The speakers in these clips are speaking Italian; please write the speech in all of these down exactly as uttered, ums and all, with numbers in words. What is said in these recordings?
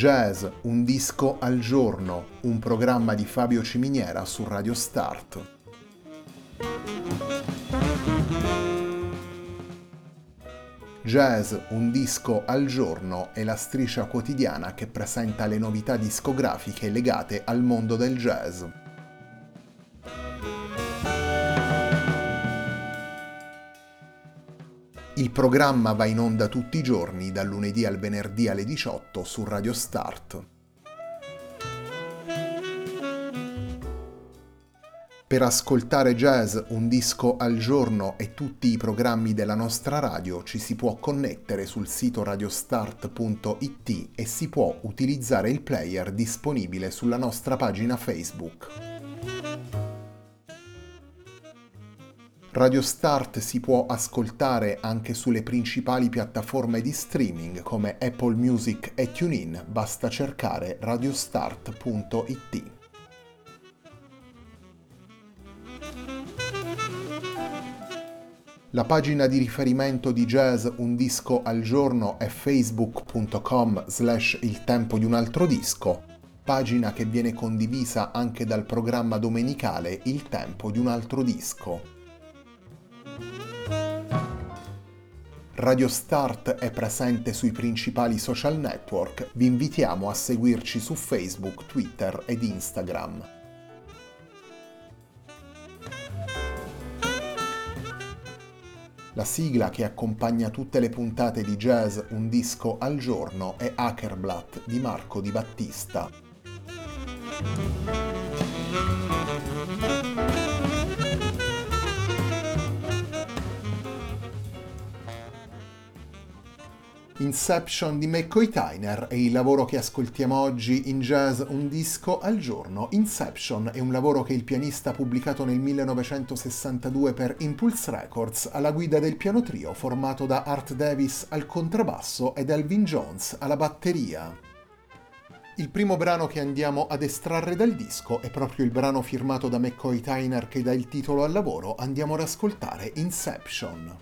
Jazz, un disco al giorno, un programma di Fabio Ciminiera su Radio Start. Jazz, un disco al giorno è la striscia quotidiana che presenta le novità discografiche legate al mondo del jazz. Il programma va in onda tutti i giorni, dal lunedì al venerdì alle diciotto su Radio Start. Per ascoltare Jazz, un disco al giorno e tutti i programmi della nostra radio ci si può connettere sul sito radiostart punto it e si può utilizzare il player disponibile sulla nostra pagina Facebook. Radio Start si può ascoltare anche sulle principali piattaforme di streaming come Apple Music e TuneIn, basta cercare radiostart punto it. La pagina di riferimento di Jazz Un Disco al Giorno è facebook punto com slash il tempo di un altro disco, pagina che viene condivisa anche dal programma domenicale Il tempo di un altro disco. Radio Start è presente sui principali social network, vi invitiamo a seguirci su Facebook, Twitter ed Instagram. La sigla che accompagna tutte le puntate di Jazz Un Disco al Giorno è Hackerblatt di Marco Di Battista. Inception di McCoy Tyner è il lavoro che ascoltiamo oggi in Jazz Un Disco al Giorno. Inception è un lavoro che il pianista ha pubblicato nel millenovecentosessantadue per Impulse Records alla guida del piano trio formato da Art Davis al contrabbasso ed Elvin Jones alla batteria. Il primo brano che andiamo ad estrarre dal disco è proprio il brano firmato da McCoy Tyner che dà il titolo al lavoro. Andiamo ad ascoltare Inception.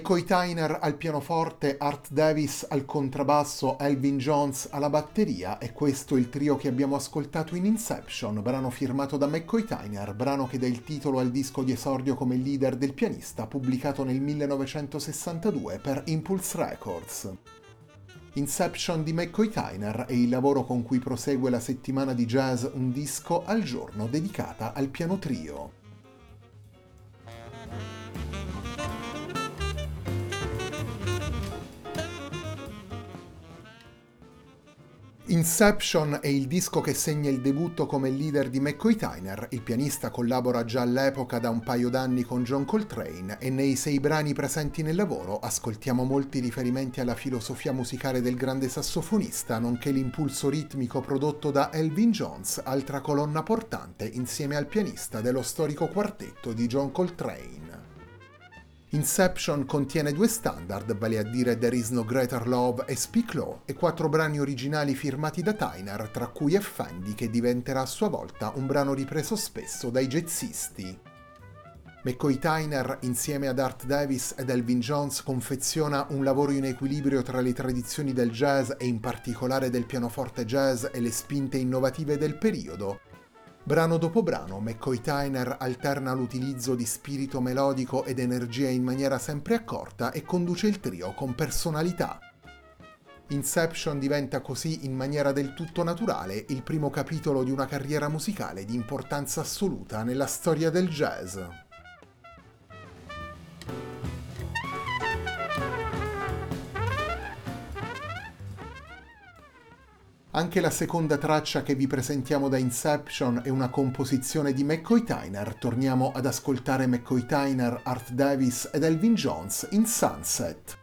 McCoy Tyner al pianoforte, Art Davis al contrabbasso, Elvin Jones alla batteria, e questo è il trio che abbiamo ascoltato in Inception, brano firmato da McCoy Tyner, brano che dà il titolo al disco di esordio come leader del pianista, pubblicato nel millenovecentosessantadue per Impulse Records. Inception di McCoy Tyner è il lavoro con cui prosegue la settimana di jazz Un disco al giorno dedicata al piano trio. Inception è il disco che segna il debutto come leader di McCoy Tyner. Il pianista collabora già all'epoca da un paio d'anni con John Coltrane e nei sei brani presenti nel lavoro ascoltiamo molti riferimenti alla filosofia musicale del grande sassofonista, nonché l'impulso ritmico prodotto da Elvin Jones, altra colonna portante insieme al pianista dello storico quartetto di John Coltrane. Inception contiene due standard, vale a dire There Is No Greater Love e Speak Low, e quattro brani originali firmati da Tyner, tra cui Effendi, che diventerà a sua volta un brano ripreso spesso dai jazzisti. McCoy Tyner, insieme ad Art Davis ed Elvin Jones, confeziona un lavoro in equilibrio tra le tradizioni del jazz e in particolare del pianoforte jazz e le spinte innovative del periodo. Brano dopo brano, McCoy Tyner alterna l'utilizzo di spirito melodico ed energia in maniera sempre accorta e conduce il trio con personalità. Inception diventa così, in maniera del tutto naturale, il primo capitolo di una carriera musicale di importanza assoluta nella storia del jazz. Anche la seconda traccia che vi presentiamo da Inception è una composizione di McCoy Tyner. Torniamo ad ascoltare McCoy Tyner, Art Davis ed Elvin Jones in Sunset.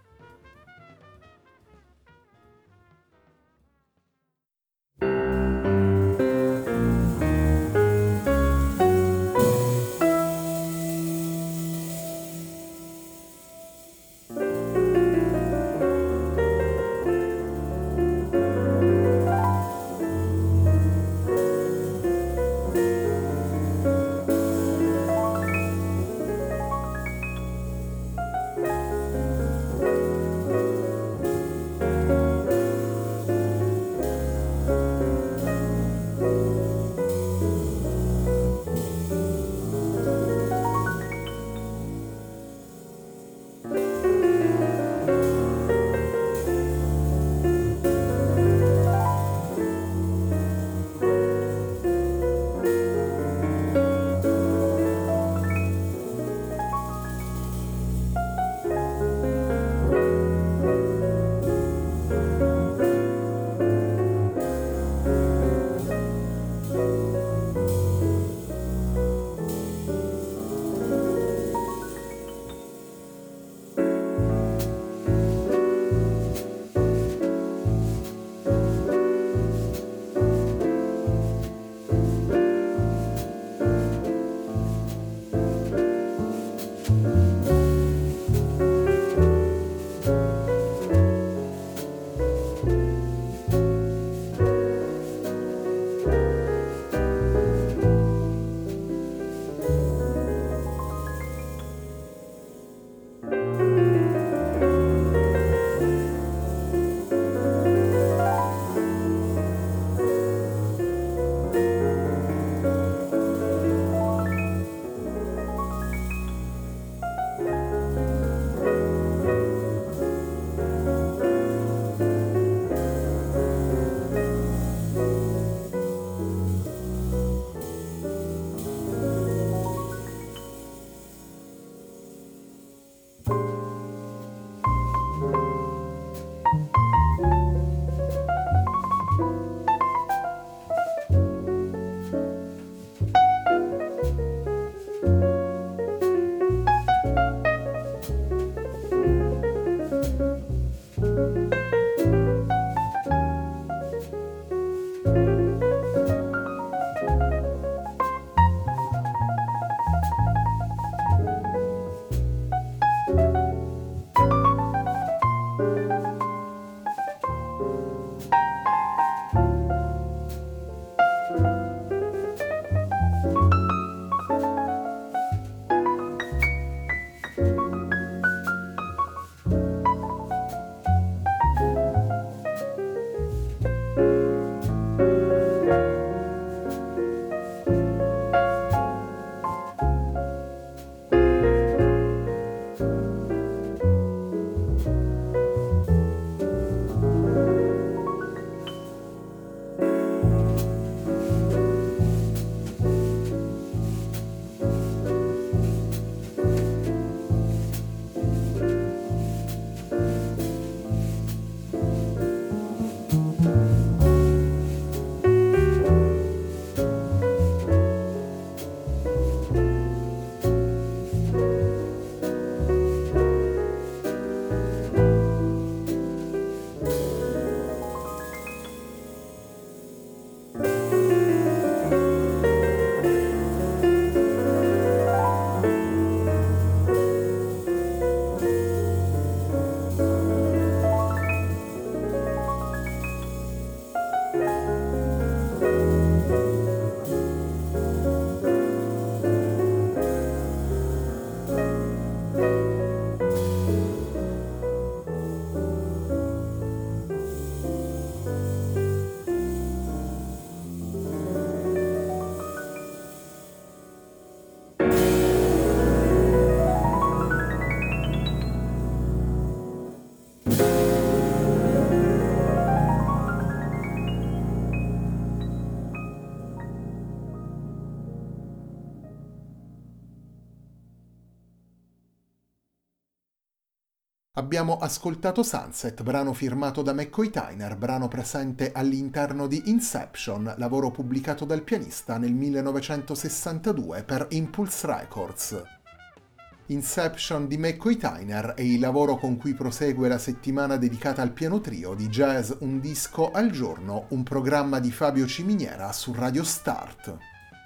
Abbiamo ascoltato Sunset, brano firmato da McCoy Tyner, brano presente all'interno di Inception, lavoro pubblicato dal pianista nel millenovecentosessantadue per Impulse Records. Inception di McCoy Tyner è il lavoro con cui prosegue la settimana dedicata al piano trio di Jazz Un Disco al Giorno, un programma di Fabio Ciminiera su Radio Start.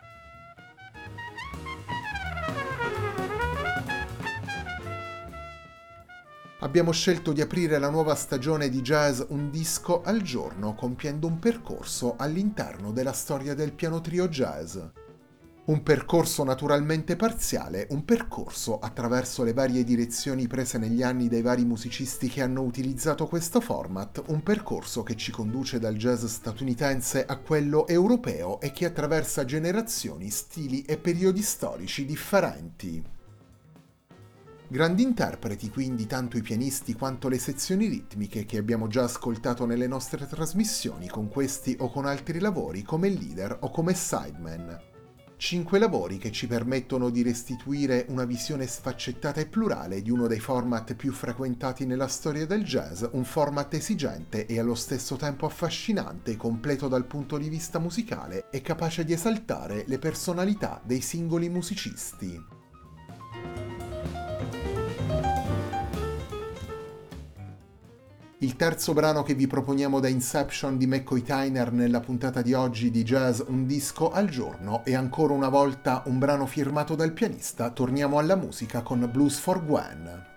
Abbiamo scelto di aprire la nuova stagione di Jazz Un Disco al Giorno compiendo un percorso all'interno della storia del piano trio jazz. Un percorso naturalmente parziale, un percorso attraverso le varie direzioni prese negli anni dai vari musicisti che hanno utilizzato questo format, un percorso che ci conduce dal jazz statunitense a quello europeo e che attraversa generazioni, stili e periodi storici differenti. Grandi interpreti quindi tanto i pianisti quanto le sezioni ritmiche che abbiamo già ascoltato nelle nostre trasmissioni con questi o con altri lavori come leader o come sideman. Cinque lavori che ci permettono di restituire una visione sfaccettata e plurale di uno dei format più frequentati nella storia del jazz, un format esigente e allo stesso tempo affascinante, completo dal punto di vista musicale e capace di esaltare le personalità dei singoli musicisti. Il terzo brano che vi proponiamo da Inception di McCoy Tyner nella puntata di oggi di Jazz Un Disco al Giorno è ancora una volta un brano firmato dal pianista. Torniamo alla musica con Blues for Gwen.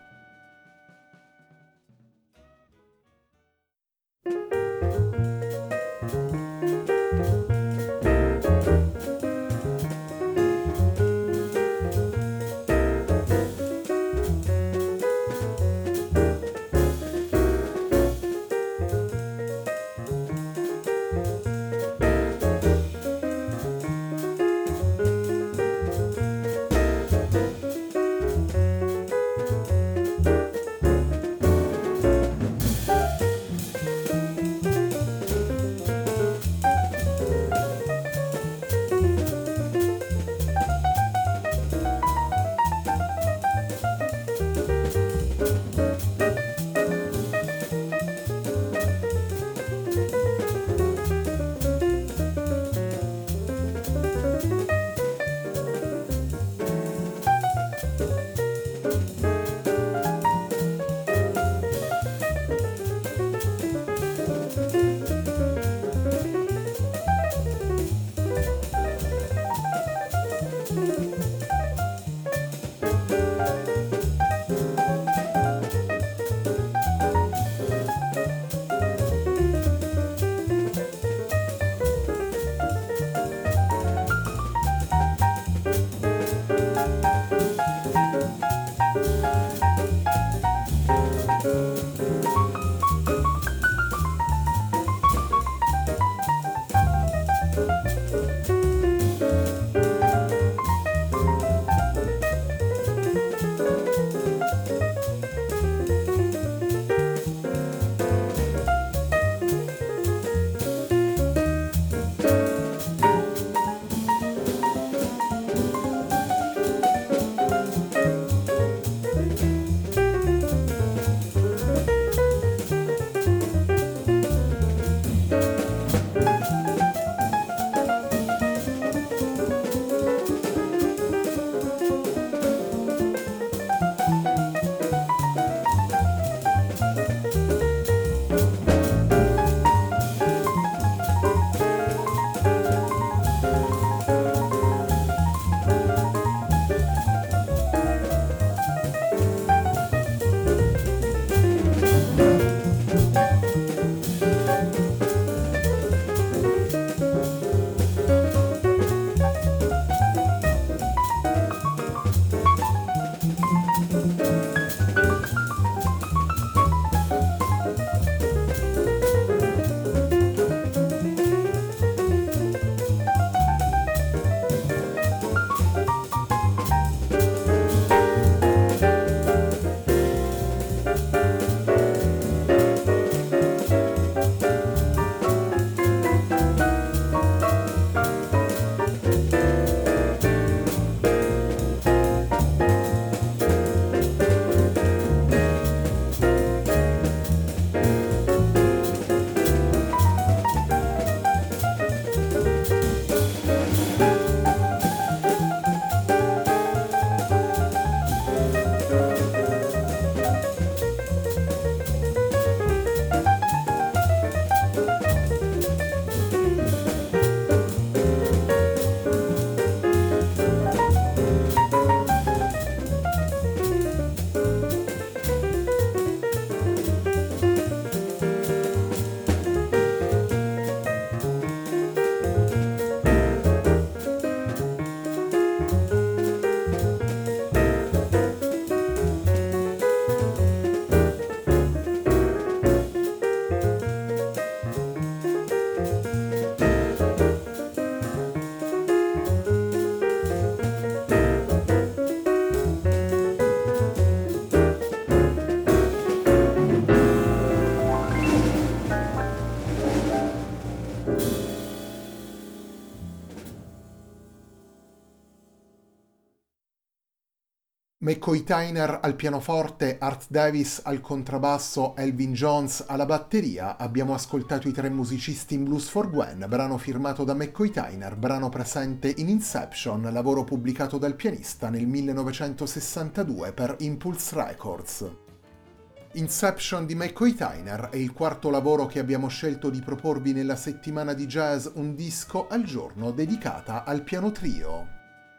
McCoy Tyner al pianoforte, Art Davis al contrabbasso, Elvin Jones alla batteria. Abbiamo ascoltato i tre musicisti in Blues for Gwen, brano firmato da McCoy Tyner, brano presente in Inception, lavoro pubblicato dal pianista nel millenovecentosessantadue per Impulse Records. Inception di McCoy Tyner è il quarto lavoro che abbiamo scelto di proporvi nella settimana di jazz Un disco al giorno dedicata al piano trio.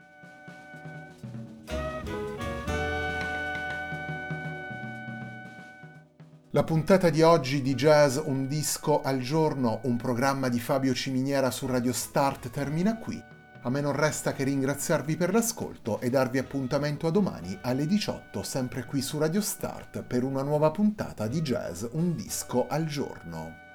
La puntata di oggi di Jazz Un disco al giorno, un programma di Fabio Ciminiera su Radio Start, termina qui. A me non resta che ringraziarvi per l'ascolto e darvi appuntamento a domani alle diciotto, sempre qui su Radio Start, per una nuova puntata di Jazz Un disco al giorno.